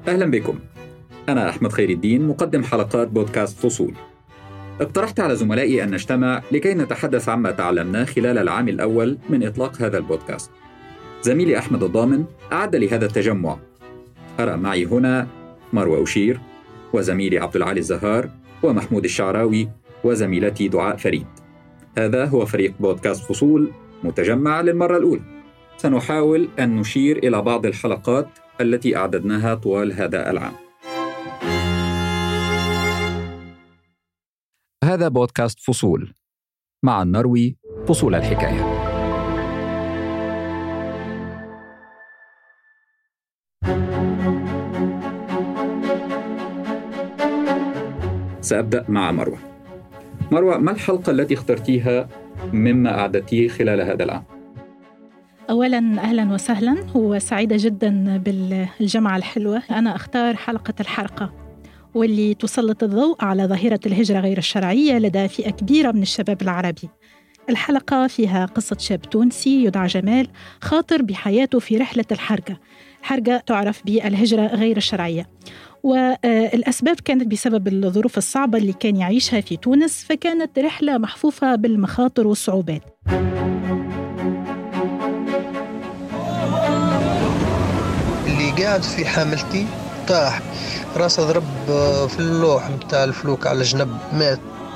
أهلا بكم. أنا أحمد خير الدين، مقدم حلقات بودكاست فصول. اقترحت على زملائي أن نجتمع لكي نتحدث عما تعلمناه خلال العام الأول من إطلاق هذا البودكاست. زميلي أحمد الضامن أعد لهذا التجمع. أرى معي هنا مروة أشير، وزميلي عبد العالي الزهار، ومحمود الشعراوي، وزميلتي دعاء فريد. هذا هو فريق بودكاست فصول متجمع للمرة الأولى. سنحاول أن نشير إلى بعض الحلقات التي أعددناها طوال هذا العام. هذا بودكاست فصول مع النروي، فصول الحكاية. سأبدأ مع مروة. مروة، ما الحلقة التي اخترتيها مما أعددتيه خلال هذا العام؟ أولاً أهلاً وسهلاً، وسعيدة جداً بالجمعة الحلوة. أنا أختار حلقة الحرقة، واللي تسلط الضوء على ظاهرة الهجرة غير الشرعية لدى فئة كبيرة من الشباب العربي. الحلقة فيها قصة شاب تونسي يدعى جمال خاطر بحياته في رحلة الحرقة تعرف بالهجرة غير الشرعية، والأسباب كانت بسبب الظروف الصعبة اللي كان يعيشها في تونس، فكانت رحلة محفوفة بالمخاطر والصعوبات. اللي قاعد في حاملتي طاح راسه ضرب في اللوح متاع الفلوك على جنب، مات.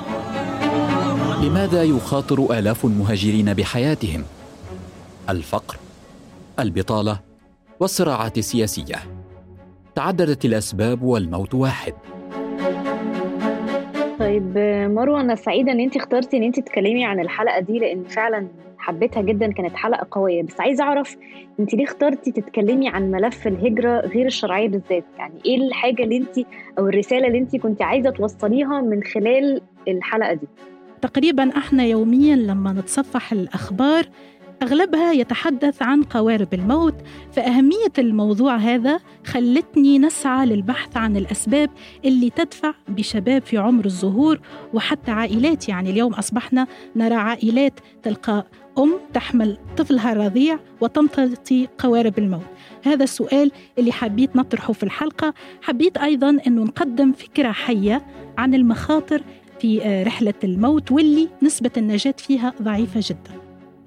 لماذا يخاطر آلاف المهاجرين بحياتهم؟ الفقر، البطالة، والصراعات السياسية. تعددت الأسباب والموت واحد. طيب مروة، أنا سعيدة أن أنت اخترتي أن أنت تتكلمي عن الحلقة دي، لأن فعلا حبيتها جدا، كانت حلقة قوية. بس عايزة أعرف أنت ليه اخترتي تتكلمي عن ملف الهجرة غير الشرعية بالذات؟ يعني إيه الحاجة اللي أنت أو الرسالة اللي أنت كنت عايزة توصليها من خلال الحلقة دي؟ تقريبا احنا يوميا لما نتصفح الأخبار أغلبها يتحدث عن قوارب الموت، فأهمية الموضوع هذا خلتني نسعى للبحث عن الأسباب اللي تدفع بشباب في عمر الزهور وحتى عائلات. يعني اليوم أصبحنا نرى عائلات تلقى تحمل طفلها الرضيع وتمتطي قوارب الموت. هذا السؤال اللي حبيت نطرحه في الحلقة. حبيت أيضاً أنه نقدم فكرة حية عن المخاطر في رحلة الموت واللي نسبة النجاة فيها ضعيفة جداً.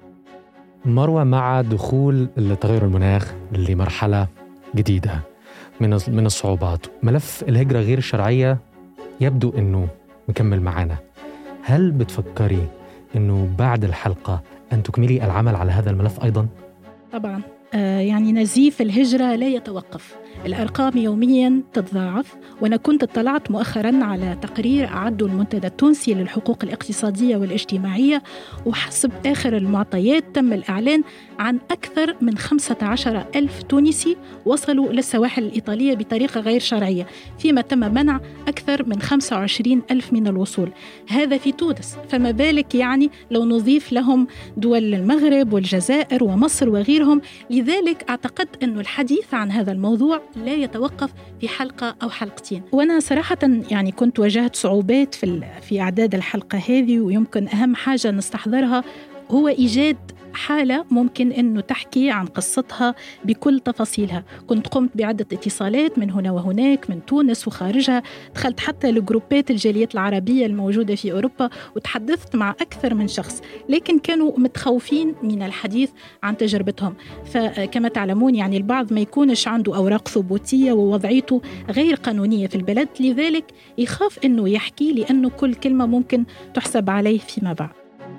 مروة، مع دخول التغير المناخ لمرحلة جديدة من الصعوبات، ملف الهجرة غير الشرعية يبدو أنه مكمل معنا. هل بتفكري أنه بعد الحلقة أن تكملي العمل على هذا الملف أيضاً؟ طبعاً. يعني نزيف الهجرة لا يتوقف، الأرقام يومياً تتضاعف. وأنا كنت اطلعت مؤخراً على تقرير أعده المنتدى التونسي للحقوق الاقتصادية والاجتماعية، وحسب آخر المعطيات تم الإعلان عن أكثر من 15,000 تونسي وصلوا للسواحل الإيطالية بطريقة غير شرعية، فيما تم منع أكثر من 25,000 من الوصول. هذا في تونس، فما بالك يعني لو نضيف لهم دول المغرب والجزائر ومصر وغيرهم. لذلك أعتقد أن الحديث عن هذا الموضوع لا يتوقف في حلقة أو حلقتين. وأنا صراحة يعني كنت واجهت صعوبات في إعداد الحلقة هذه، ويمكن أهم حاجة نستحضرها هو إيجاد حالة ممكن أنه تحكي عن قصتها بكل تفاصيلها. كنت قمت بعدة اتصالات من هنا وهناك، من تونس وخارجها، دخلت حتى لجروبات الجاليات العربية الموجودة في أوروبا وتحدثت مع أكثر من شخص، لكن كانوا متخوفين من الحديث عن تجربتهم. فكما تعلمون يعني البعض ما يكونش عنده أوراق ثبوتية ووضعيته غير قانونية في البلد، لذلك يخاف أنه يحكي لأنه كل كلمة ممكن تحسب عليه فيما بعد.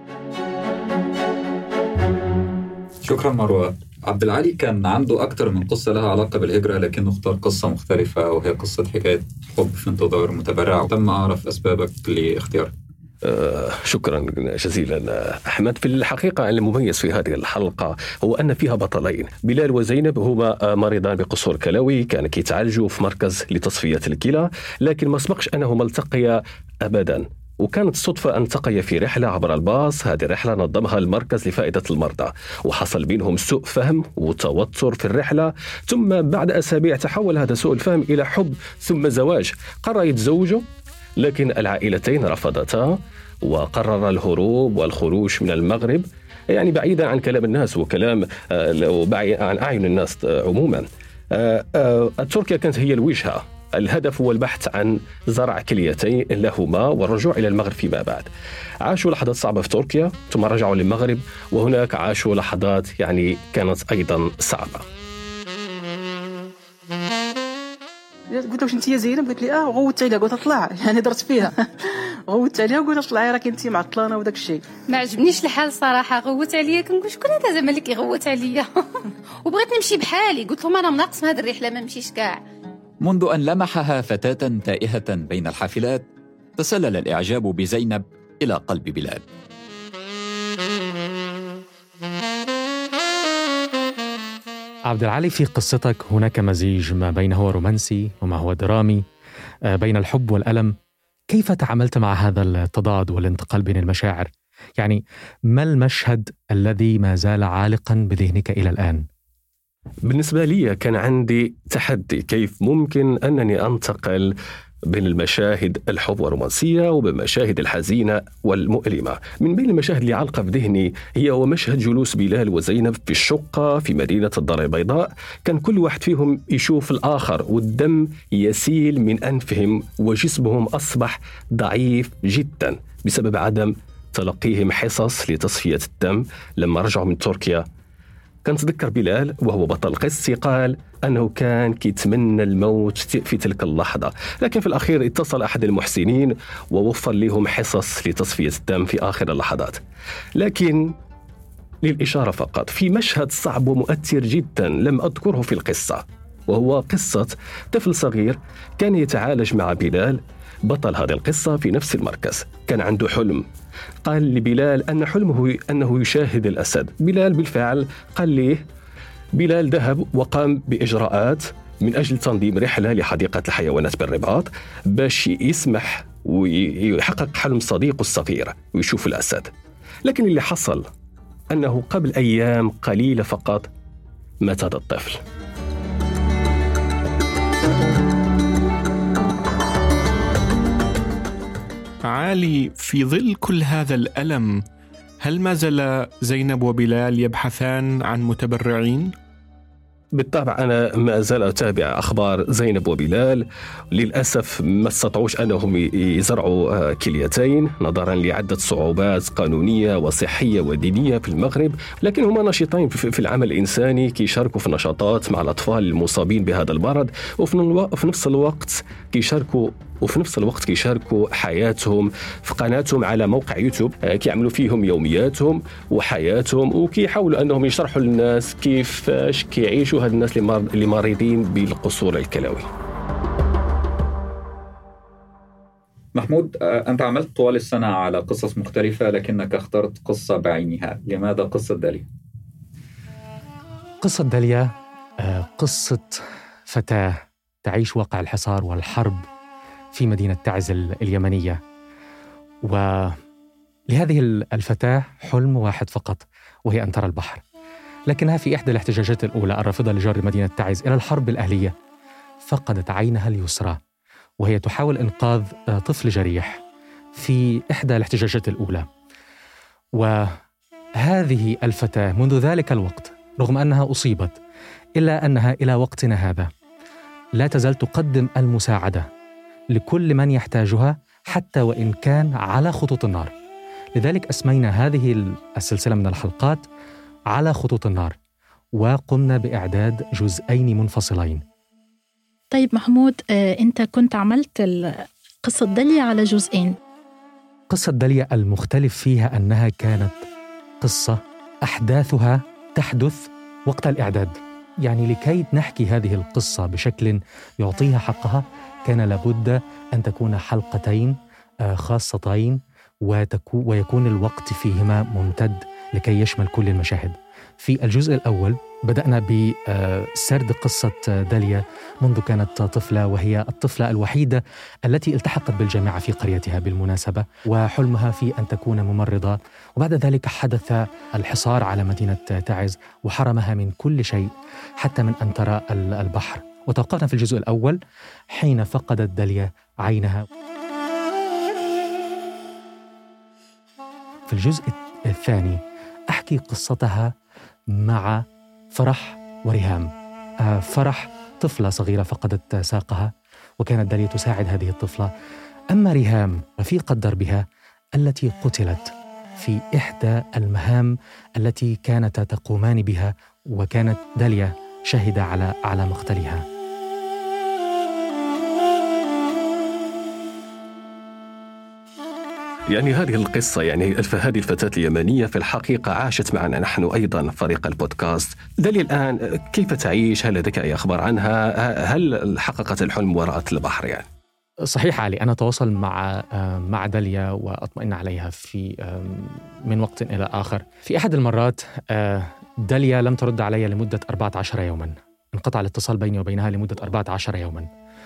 شكرا مروة. عبد العالي كان عنده أكثر من قصة لها علاقة بالهجرة، لكنه اختار قصة مختلفة، وهي قصة حكاية حب في انتظار متبرع. تم أعرف أسبابك لاختيارك. شكرا جزيلا أحمد. في الحقيقة المميز في هذه الحلقة هو أن فيها بطلين، بلال وزينب، هما مريضان بقصور كلوي، كانوا يتعالجوا في مركز لتصفية الكلى، لكن ما سبقش أنهما التقيا أبدا. وكانت الصدفة أن التقيا في رحلة عبر الباص. هذه الرحلة نظمها المركز لفائدة المرضى، وحصل بينهم سوء فهم وتوتر في الرحلة، ثم بعد أسابيع تحول هذا سوء الفهم إلى حب ثم زواج. قرروا يتزوجوا، لكن العائلتين رفضتا، وقرر الهروب والخروج من المغرب، يعني بعيدا عن كلام الناس وكلام وبعيدا عن أعين الناس عموما. تركيا كانت هي الوجهة. الهدف هو البحث عن زرع كليتين لهما والرجوع إلى المغرب فيما بعد. عاشوا لحظات صعبة في تركيا ثم رجعوا للمغرب، وهناك عاشوا لحظات كانت أيضا صعبة. قلت له انت يا زينب؟ قلت لي غوت عليها. قلت اطلع، يعني درت فيها غوت عليها وقلت اطلعي راك انت معطلانه وداك الشيء. ما عجبنيش الحال صراحه. غوت عليا، كنقول شكون هذا زعما اللي كيغوت عليا وبغيت نمشي بحالي. قلت لهم انا مناقص هذه الرحله، ما نمشيش كاع. منذ أن لمحها فتاة تائهة بين الحافلات تسلل الإعجاب بزينب إلى قلب بلال. عبد العالي، في قصتك هناك مزيج ما بين هو رومانسي وما هو درامي، بين الحب والألم. كيف تعاملت مع هذا التضاد والانتقال بين المشاعر؟ يعني ما المشهد الذي ما زال عالقا بذهنك إلى الآن؟ بالنسبة لي كان عندي تحدي، كيف ممكن أنني أنتقل بين المشاهد الحب والرومانسية وبمشاهد الحزينة والمؤلمة. من بين المشاهد اللي علقة في ذهني هو مشهد جلوس بلال وزينب في الشقة في مدينة الدار البيضاء. كان كل واحد فيهم يشوف الآخر والدم يسيل من أنفهم وجسمهم أصبح ضعيف جدا بسبب عدم تلقيهم حصص لتصفية الدم. لما رجعوا من تركيا كان تذكر بلال وهو بطل قصتي قال أنه كان كيتمنى الموت في تلك اللحظة، لكن في الأخير اتصل أحد المحسنين ووفر لهم حصص لتصفية الدم في آخر اللحظات. لكن للإشارة فقط في مشهد صعب ومؤثر جدا لم أذكره في القصة، وهو قصة طفل صغير كان يتعالج مع بلال بطل هذه القصة في نفس المركز. كان عنده حلم، قال لبلال أن حلمه أنه يشاهد الأسد. بلال بالفعل قال ليه. بلال ذهب وقام بإجراءات من أجل تنظيم رحلة لحديقة الحيوانات بالرباط باش يسمح ويحقق حلم صديقه الصغير ويشوف الأسد. لكن اللي حصل أنه قبل أيام قليلة فقط مات هذا الطفل. عالي، في ظل كل هذا الألم هل ما زال زينب وبلال يبحثان عن متبرعين؟ بالطبع أنا ما زال أتابع أخبار زينب وبلال. للأسف ما استطاعوش أنهم يزرعوا كليتين نظرا لعدة صعوبات قانونية وصحية ودينية في المغرب، لكن هم نشيطين في العمل الإنساني، كيشاركوا في نشاطات مع الأطفال المصابين بهذا المرض، وفي نفس الوقت كيشاركوا حياتهم في قناتهم على موقع يوتيوب، كيعملوا فيهم يومياتهم وحياتهم، وكيحاولوا أنهم يشرحوا للناس كيفاش كيعيشوا هاد الناس اللي مريضين بالقصور الكلوي. محمود، أنت عملت طوال السنة على قصص مختلفة لكنك اخترت قصة بعينها. لماذا قصة داليا؟ قصة داليا قصة فتاة تعيش واقع الحصار والحرب في مدينة تعز اليمنية، ولهذه الفتاة حلم واحد فقط وهي أن ترى البحر. لكنها في إحدى الاحتجاجات الأولى الرافضة لجر مدينة تعز إلى الحرب الأهلية فقدت عينها اليسرى وهي تحاول إنقاذ طفل جريح في إحدى الاحتجاجات الأولى. وهذه الفتاة منذ ذلك الوقت رغم أنها أصيبت إلا أنها إلى وقتنا هذا لا تزال تقدم المساعدة لكل من يحتاجها حتى وإن كان على خطوط النار. لذلك أسمينا هذه السلسلة من الحلقات على خطوط النار، وقمنا بإعداد جزئين منفصلين. طيب محمود، أنت كنت عملت قصة داليا على جزئين. قصة داليا المختلف فيها أنها كانت قصة أحداثها تحدث وقت الإعداد، يعني لكي نحكي هذه القصة بشكل يعطيها حقها كان لابد أن تكون حلقتين خاصتين ويكون الوقت فيهما ممتد لكي يشمل كل المشاهد. في الجزء الأول بدأنا بسرد قصة داليا منذ كانت طفلة، وهي الطفلة الوحيدة التي التحقت بالجامعة في قريتها بالمناسبة، وحلمها في أن تكون ممرضة. وبعد ذلك حدث الحصار على مدينة تعز وحرمها من كل شيء حتى من أن ترى البحر. وتوقفنا في الجزء الأول حين فقدت داليا عينها. في الجزء الثاني أحكي قصتها مع فرح وريهام، فرح طفلة صغيرة فقدت ساقها، وكانت داليا تساعد هذه الطفلة. أما ريهام رفيقة دربها التي قتلت في إحدى المهام التي كانت تقومان بها، وكانت داليا شهدة على مقتلها. يعني هذه القصة، يعني هذه الفتاة اليمنية في الحقيقة عاشت معنا نحن أيضا فريق البودكاست. داليا الآن كيف تعيش؟ هل لديك أي أخبار عنها؟ هل حققت الحلم وراء البحر يعني؟ صحيح علي، أنا أتواصل مع داليا وأطمئن عليها من وقت إلى آخر. في أحد المرات داليا لم ترد علي لمدة 14 يوما، انقطع الاتصال بيني وبينها لمدة 14 يوما،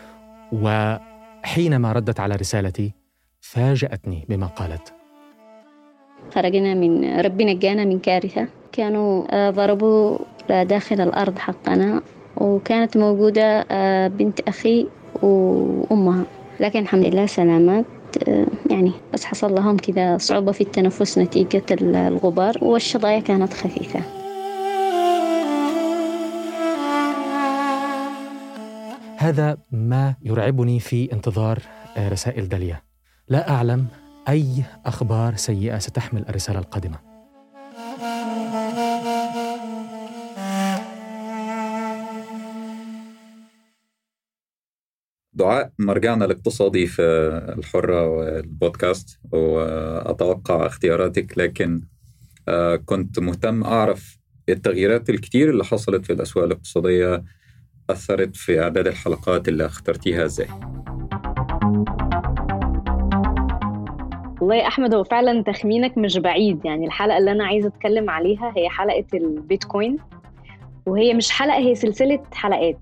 وحينما ردت على رسالتي فاجأتني بما قالت. خرجنا من ربنا نجانا من كارثة، كانوا ضربوا داخل الأرض حقنا، وكانت موجودة بنت أخي وأمها، لكن الحمد لله سلامات. يعني بس حصل لهم كذا صعوبة في التنفس نتيجة الغبار، والشظايا كانت خفيفة. هذا ما يرعبني في انتظار رسائل داليا. لا أعلم أي أخبار سيئة ستحمل الرسالة القادمة. دعاء، مرجعنا الاقتصادي في الحرة والبودكاست، وأتوقع اختياراتك، لكن كنت مهتم أعرف التغييرات الكتير اللي حصلت في الأسواق الاقتصادية أثرت في إعداد الحلقات اللي اخترتيها إزاي؟ والله يا أحمد، هو فعلا تخمينك مش بعيد. يعني الحلقة اللي أنا عايزة أتكلم عليها هي حلقة البيتكوين، وهي مش حلقة، هي سلسلة حلقات.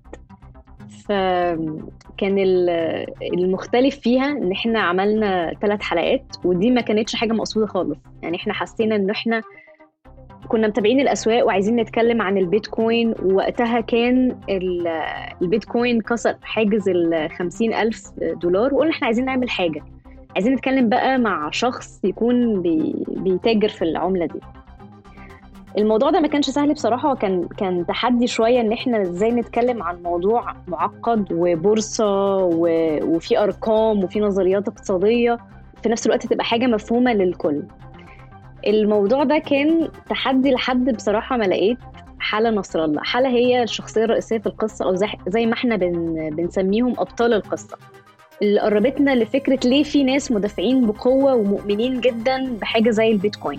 فكان المختلف فيها إن إحنا عملنا 3 حلقات، ودي ما كانتش حاجة مقصودة خالص. يعني إحنا حسينا إن إحنا كنا متابعين الأسواق وعايزين نتكلم عن البيتكوين، ووقتها كان البيتكوين كسر حاجز $50,000، وقلنا إحنا عايزين نعمل حاجة، عايزين نتكلم بقى مع شخص يكون بيتاجر في العملة دي. الموضوع ده ما كانش سهل بصراحة، وكان تحدي شوية إن إحنا إزاي نتكلم عن موضوع معقد وبورصة وفي أرقام وفي نظريات اقتصادية في نفس الوقت تبقى حاجة مفهومة للكل. الموضوع ده كان تحدي لحد بصراحة ما لقيت حالة نصر الله. حالة هي الشخصية الرئيسية في القصة، أو زي ما إحنا بنسميهم أبطال القصة، اللي قربتنا لفكرة ليه في ناس مدافعين بقوة ومؤمنين جدا بحاجة زي البيتكوين.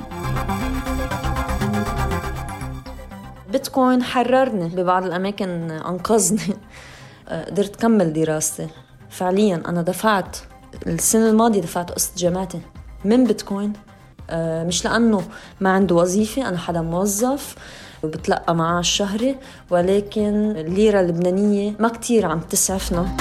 بيتكوين حررني ببعض الأماكن، أنقذني. قدرت أكمل دراستي فعليا. أنا دفعت السنة الماضية دفعت قسط جامعتي من بيتكوين، مش لأنه ما عنده وظيفة، أنا حدا موظف وبتلقى معاه الشهري، ولكن الليرة اللبنانية ما كتير عم تسعفنا.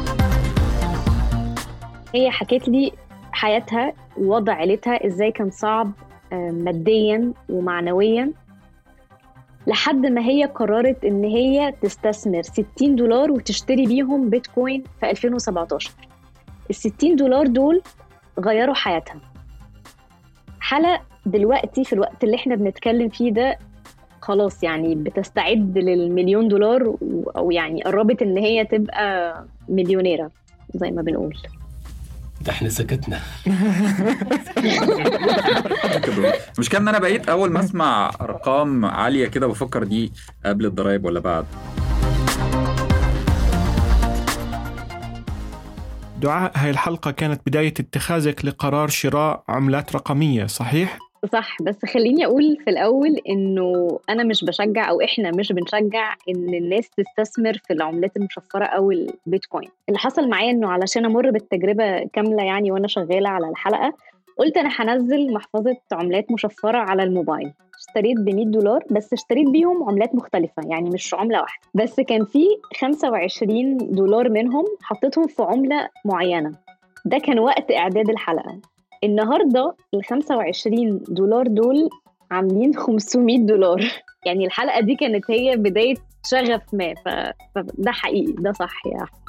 هي حكيت لي حياتها ووضع عيلتها إزاي كان صعب ماديا ومعنويا، لحد ما هي قررت إن هي تستثمر $60 وتشتري بيهم بيتكوين في 2017. $60 دول غيروا حياتها. حالة دلوقتي في الوقت اللي احنا بنتكلم فيه ده خلاص يعني بتستعد $1,000,000، أو يعني قربت إن هي تبقى مليونيرة زي ما بنقول. ده احنا سكتنا. مش كان انا بقيت اول ما اسمع ارقام عاليه كده بفكر دي قبل الضرائب ولا بعد. دعاء، هاي الحلقة كانت بداية اتخاذك لقرار شراء عملات رقمية، صحيح؟ صح، بس خليني أقول في الأول إنه أنا مش بشجع، أو إحنا مش بنشجع إن الناس تستثمر في العملات المشفرة أو البيتكوين. اللي حصل معايا إنه علشان أمر بالتجربة كاملة يعني وأنا شغالة على الحلقة، قلت أنا هنزل محفظة عملات مشفرة على الموبايل. اشتريت $100 بس، اشتريت بيهم عملات مختلفة يعني مش عملة واحدة بس. كان في $25 منهم حطيتهم في عملة معينة. ده كان وقت إعداد الحلقة. النهاردة $25 دول عاملين $500. يعني الحلقة دي كانت هي بداية شغف ما، فده حقيقي، ده صح يا أحمد.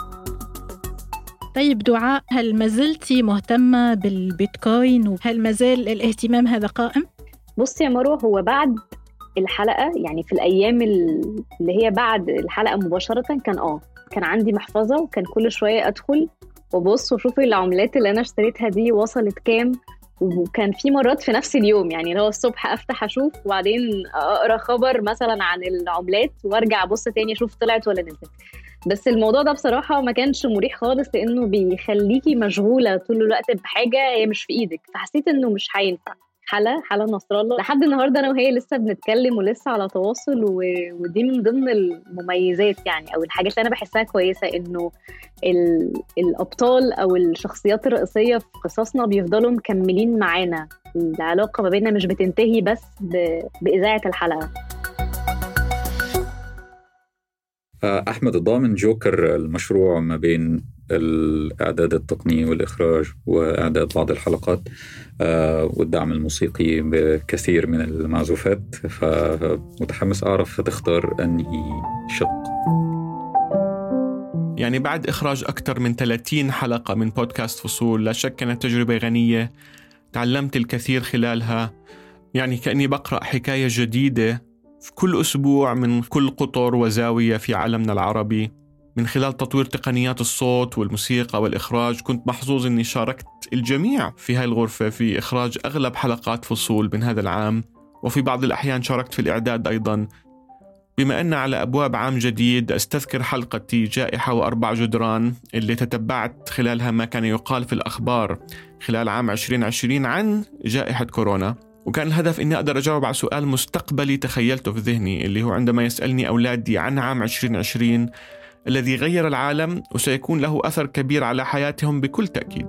طيب دعاء، هل ما زلتي مهتمة بالبيتكوين، وهل ما زال الاهتمام هذا قائم؟ بصي يا مروة، هو بعد الحلقة، يعني في الأيام اللي هي بعد الحلقة مباشرة، كان عندي محفظة، وكان كل شوية أدخل وبص وشوف العملات اللي أنا اشتريتها دي وصلت كام. وكان في مرات في نفس اليوم، يعني لو الصبح أفتح أشوف وبعدين أقرأ خبر مثلا عن العملات وارجع أبص تاني أشوف طلعت ولا نزلت. بس الموضوع ده بصراحة ما كانش مريح خالص، لأنه بيخليكي مشغولة طول الوقت بحاجة هي مش في إيدك، فحسيت إنه مش هينفع. حلا نصر الله لحد النهاردة أنا وهي لسه بنتكلم ولسه على تواصل، ودي من ضمن المميزات يعني، أو الحاجات اللي أنا بحسها كويسة، إنه الأبطال أو الشخصيات الرئيسية في قصصنا بيفضلوا مكملين معانا، العلاقة ما بيننا مش بتنتهي بس بإذاعة الحلقة. أحمد الضامن جوكر المشروع ما بين الإعداد التقني والإخراج وإعداد بعض الحلقات والدعم الموسيقي بكثير من المعزوفات، فمتحمس أعرف تختار أنهي شق. يعني بعد إخراج أكثر من 30 حلقة من بودكاست فصول، لا شك كانت تجربة غنية، تعلمت الكثير خلالها. يعني كأني بقرأ حكاية جديدة في كل أسبوع من كل قطر وزاوية في عالمنا العربي. من خلال تطوير تقنيات الصوت والموسيقى والإخراج كنت محظوظ أني شاركت الجميع في هاي الغرفة في إخراج أغلب حلقات فصول من هذا العام، وفي بعض الأحيان شاركت في الإعداد أيضا. بما أن على أبواب عام جديد، أستذكر حلقتي جائحة وأربع جدران اللي تتبعت خلالها ما كان يقال في الأخبار خلال عام 2020 عن جائحة كورونا. وكان الهدف إني أقدر أجاوب على سؤال مستقبلي تخيلته في ذهني، اللي هو عندما يسألني أولادي عن عام 2020 الذي غير العالم وسيكون له أثر كبير على حياتهم بكل تأكيد.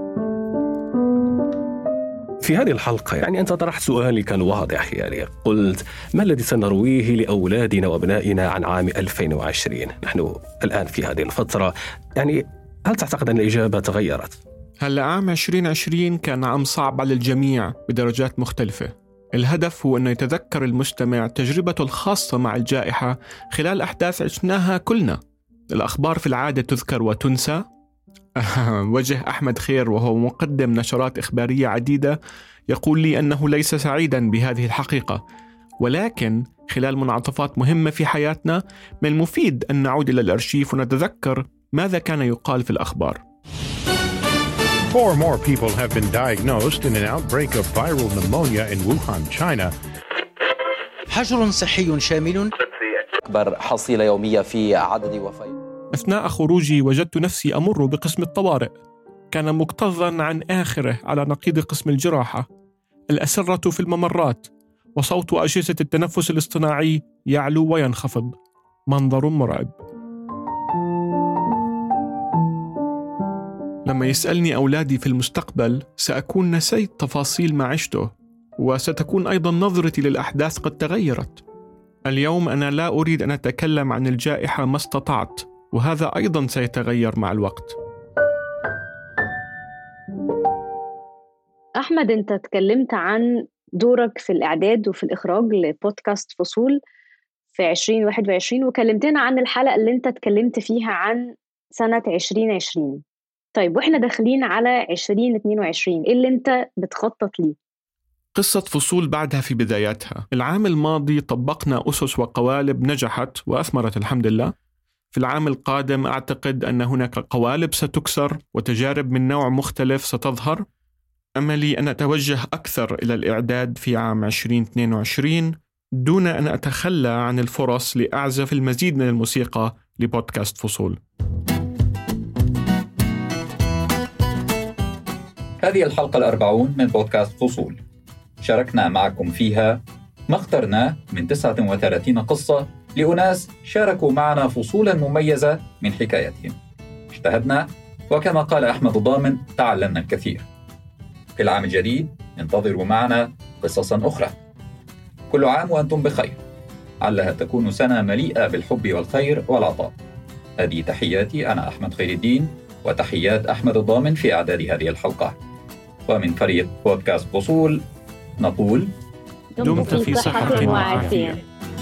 في هذه الحلقة يعني أنت طرحت سؤالي كان واضح، يعني قلت ما الذي سنرويه لأولادنا وأبنائنا عن عام 2020؟ نحن الآن في هذه الفترة، يعني هل تعتقد أن الإجابة تغيرت؟ هلأ عام 2020 كان عام صعب على الجميع بدرجات مختلفة. الهدف هو أنه يتذكر المستمع تجربته الخاصة مع الجائحة خلال أحداث عشناها كلنا. الأخبار في العادة تذكر وتنسى. وجه أحمد خير وهو مقدم نشرات إخبارية عديدة يقول لي أنه ليس سعيدا بهذه الحقيقة، ولكن خلال منعطفات مهمة في حياتنا من المفيد أن نعود إلى الأرشيف ونتذكر ماذا كان يقال في الأخبار. 4 more people have been diagnosed in an outbreak of viral pneumonia in Wuhan, China. حجر صحي شامل. أكبر حصيلة يومية في عدد وفيات. أثناء خروجي وجدت نفسي أمر بقسم الطوارئ، كان مكتظا عن آخره على نقيض قسم الجراحة. الأسرة في الممرات وصوت أجهزة التنفس الاصطناعي يعلو وينخفض. منظر مرعب. لما يسألني أولادي في المستقبل سأكون نسيت تفاصيل ما عشته، وستكون أيضا نظرتي للأحداث قد تغيرت. اليوم أنا لا أريد أن أتكلم عن الجائحة ما استطعت، وهذا أيضا سيتغير مع الوقت. أحمد، أنت تكلمت عن دورك في الإعداد وفي الإخراج لبودكاست فصول في 2021، وكلمتنا عن الحلقة اللي أنت تكلمت فيها عن سنة 2020. طيب وإحنا داخلين على 2022، إيه اللي أنت بتخطط ليه؟ قصة فصول بعدها في بداياتها. العام الماضي طبقنا أسس وقوالب نجحت وأثمرت الحمد لله. في العام القادم أعتقد أن هناك قوالب ستكسر وتجارب من نوع مختلف ستظهر. أملي أن أتوجه أكثر إلى الإعداد في عام 2022 دون أن أتخلى عن الفرص لأعزف المزيد من الموسيقى لبودكاست فصول. هذه الحلقة 40 من بودكاست فصول، شاركنا معكم فيها ما اخترناه من 39 قصة لأناس شاركوا معنا فصولا مميزة من حكايتهم. اجتهدنا، وكما قال أحمد الضامن تعلمنا الكثير. في العام الجديد انتظروا معنا قصصا أخرى. كل عام وأنتم بخير، علها تكون سنة مليئة بالحب والخير والعطاء. هذه تحياتي أنا أحمد خير الدين، وتحيات أحمد الضامن في إعداد هذه الحلقة. ومن فريق بودكاست فصول نقول دمت في صحة وعافية.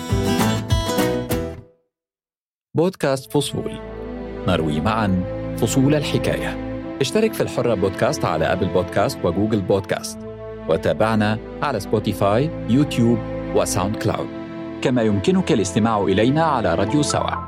بودكاست فصول، نروي معا فصول الحكاية. اشترك في الحرة بودكاست على أبل بودكاست وجوجل بودكاست، وتابعنا على سبوتيفاي، يوتيوب وساوند كلاود. كما يمكنك الاستماع إلينا على راديو سوا.